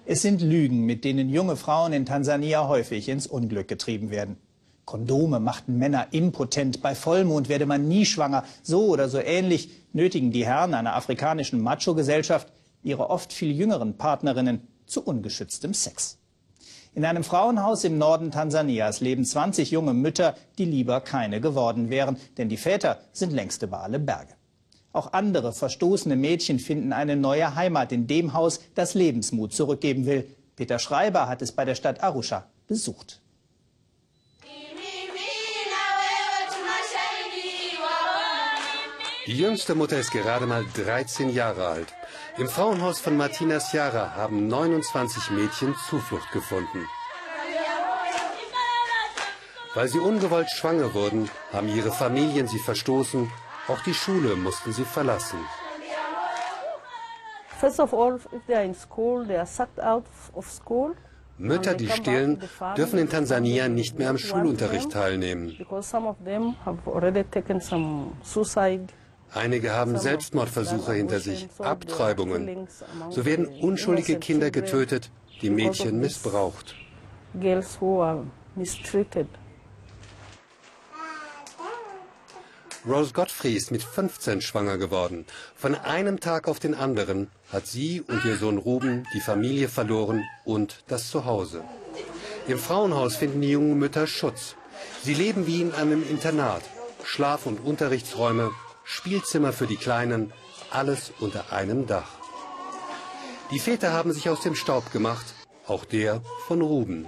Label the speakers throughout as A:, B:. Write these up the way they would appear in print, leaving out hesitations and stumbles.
A: Es sind Lügen, mit denen junge Frauen in Tansania häufig ins Unglück getrieben werden. Kondome machten Männer impotent, bei Vollmond werde man nie schwanger. So oder so ähnlich nötigen die Herren einer afrikanischen Macho-Gesellschaft ihre oft viel jüngeren Partnerinnen zu ungeschütztem Sex. In einem Frauenhaus im Norden Tansanias leben 20 junge Mütter, die lieber keine geworden wären, denn die Väter sind längst über alle Berge. Auch andere verstoßene Mädchen finden eine neue Heimat in dem Haus, das Lebensmut zurückgeben will. Peter Schreiber hat es bei der Stadt Arusha besucht.
B: Die jüngste Mutter ist gerade mal 13 Jahre alt. Im Frauenhaus von Martina Ciara haben 29 Mädchen Zuflucht gefunden. Weil sie ungewollt schwanger wurden, haben ihre Familien sie verstoßen. Auch die Schule mussten sie verlassen. Mütter, die stillen, dürfen in Tansania nicht mehr am Schulunterricht teilnehmen. Einige haben Selbstmordversuche hinter sich, Abtreibungen. So werden unschuldige Kinder getötet, die Mädchen missbraucht. Rose Godfrey ist mit 15 schwanger geworden. Von einem Tag auf den anderen hat sie und ihr Sohn Ruben die Familie verloren und das Zuhause. Im Frauenhaus finden die jungen Mütter Schutz. Sie leben wie in einem Internat. Schlaf- und Unterrichtsräume, Spielzimmer für die Kleinen, alles unter einem Dach. Die Väter haben sich aus dem Staub gemacht, auch der von Ruben.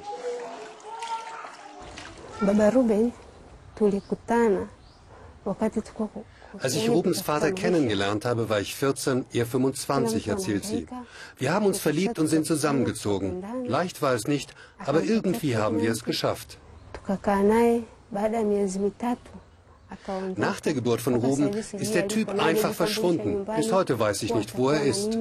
B: Als ich Rubens Vater kennengelernt habe, war ich 14, er 25, erzählt sie. Wir haben uns verliebt und sind zusammengezogen. Leicht war es nicht, aber irgendwie haben wir es geschafft. Nach der Geburt von Ruben ist der Typ einfach verschwunden. Bis heute weiß ich nicht, wo er ist.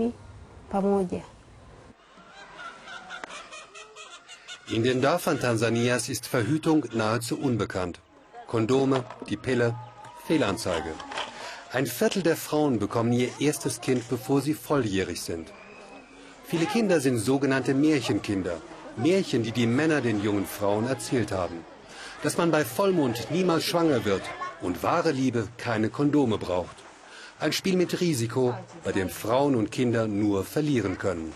B: In den Dörfern Tansanias ist Verhütung nahezu unbekannt. Kondome, die Pille, Fehlanzeige. Ein Viertel der Frauen bekommen ihr erstes Kind, bevor sie volljährig sind. Viele Kinder sind sogenannte Märchenkinder. Märchen, die die Männer den jungen Frauen erzählt haben. Dass man bei Vollmond niemals schwanger wird und wahre Liebe keine Kondome braucht. Ein Spiel mit Risiko, bei dem Frauen und Kinder nur verlieren können.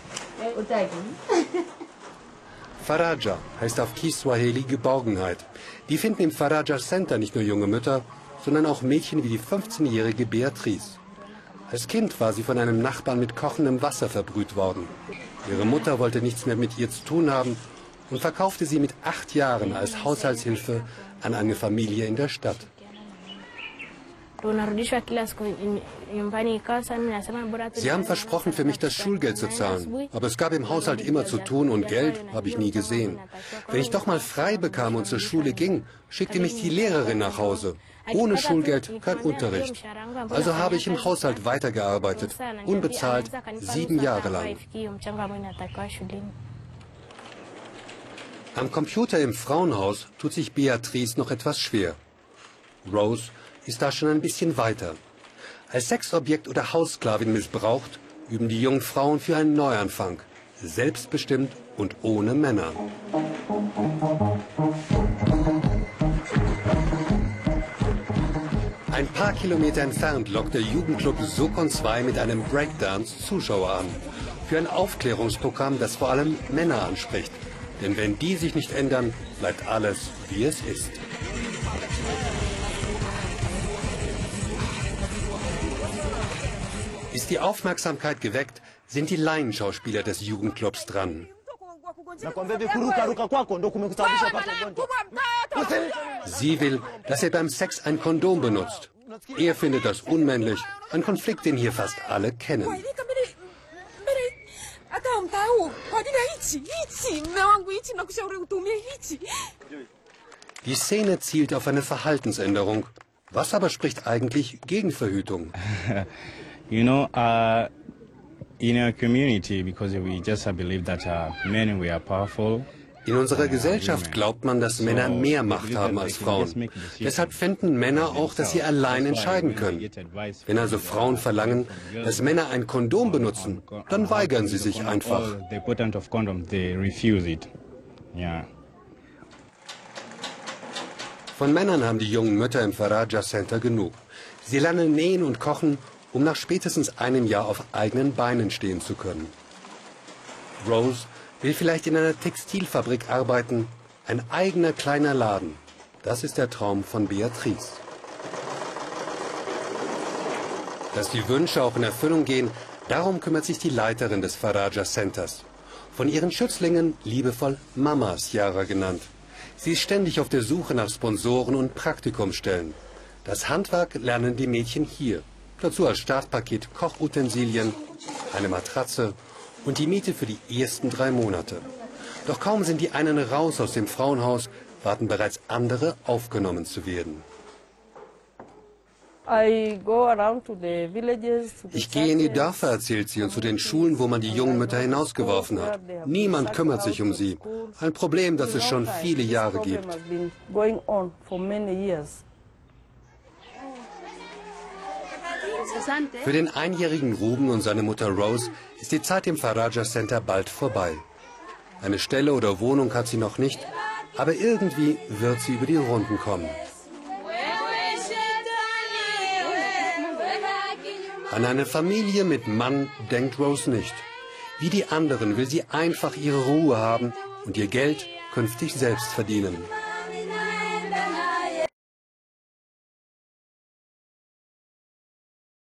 B: Faraja heißt auf Kiswahili Geborgenheit. Die finden im Faraja Center nicht nur junge Mütter, sondern auch Mädchen wie die 15-jährige Beatrice. Als Kind war sie von einem Nachbarn mit kochendem Wasser verbrüht worden. Ihre Mutter wollte nichts mehr mit ihr zu tun haben und verkaufte sie mit 8 Jahren als Haushaltshilfe an eine Familie in der Stadt. Sie haben versprochen, für mich das Schulgeld zu zahlen. Aber es gab im Haushalt immer zu tun und Geld habe ich nie gesehen. Wenn ich doch mal frei bekam und zur Schule ging, schickte mich die Lehrerin nach Hause. Ohne Schulgeld kein Unterricht. Also habe ich im Haushalt weitergearbeitet, unbezahlt, 7 Jahre lang. Am Computer im Frauenhaus tut sich Beatrice noch etwas schwer. Rose ist da schon ein bisschen weiter. Als Sexobjekt oder Haussklavin missbraucht, üben die jungen Frauen für einen Neuanfang. Selbstbestimmt und ohne Männer. Ein paar Kilometer entfernt lockt der Jugendclub Sokon 2 mit einem Breakdance Zuschauer an. Für ein Aufklärungsprogramm, das vor allem Männer anspricht. Denn wenn die sich nicht ändern, bleibt alles, wie es ist. Ist die Aufmerksamkeit geweckt, sind die Laienschauspieler des Jugendclubs dran. Sie will, dass er beim Sex ein Kondom benutzt. Er findet das unmännlich, ein Konflikt, den hier fast alle kennen. Die Szene zielt auf eine Verhaltensänderung. Was aber spricht eigentlich gegen Verhütung?
C: In our community, because we just believe that men we are powerful
B: In unserer Gesellschaft glaubt man, dass Männer mehr Macht haben als Frauen. Deshalb finden Männer auch, dass sie allein entscheiden können. Wenn also Frauen verlangen, dass Männer ein Kondom benutzen, dann weigern sie sich einfach. Von Männern haben die jungen Mütter im Faraja Center genug. Sie lernen nähen und kochen, um nach spätestens einem Jahr auf eigenen Beinen stehen zu können. Rose will vielleicht in einer Textilfabrik arbeiten, ein eigener kleiner Laden. Das ist der Traum von Beatrice. Dass die Wünsche auch in Erfüllung gehen, darum kümmert sich die Leiterin des Faraja Centers. Von ihren Schützlingen liebevoll Mamas Yara genannt. Sie ist ständig auf der Suche nach Sponsoren und Praktikumsstellen. Das Handwerk lernen die Mädchen hier. Dazu als Startpaket Kochutensilien, eine Matratze und die Miete für die ersten 3 Monate. Doch kaum sind die einen raus aus dem Frauenhaus, warten bereits andere, aufgenommen zu werden. Ich gehe in die Dörfer, erzählt sie, und zu den Schulen, wo man die jungen Mütter hinausgeworfen hat. Niemand kümmert sich um sie. Ein Problem, das es schon viele Jahre gibt. Für den einjährigen Ruben und seine Mutter Rose ist die Zeit im Faraja Center bald vorbei. Eine Stelle oder Wohnung hat sie noch nicht, aber irgendwie wird sie über die Runden kommen. An eine Familie mit Mann denkt Rose nicht. Wie die anderen will sie einfach ihre Ruhe haben und ihr Geld künftig selbst verdienen.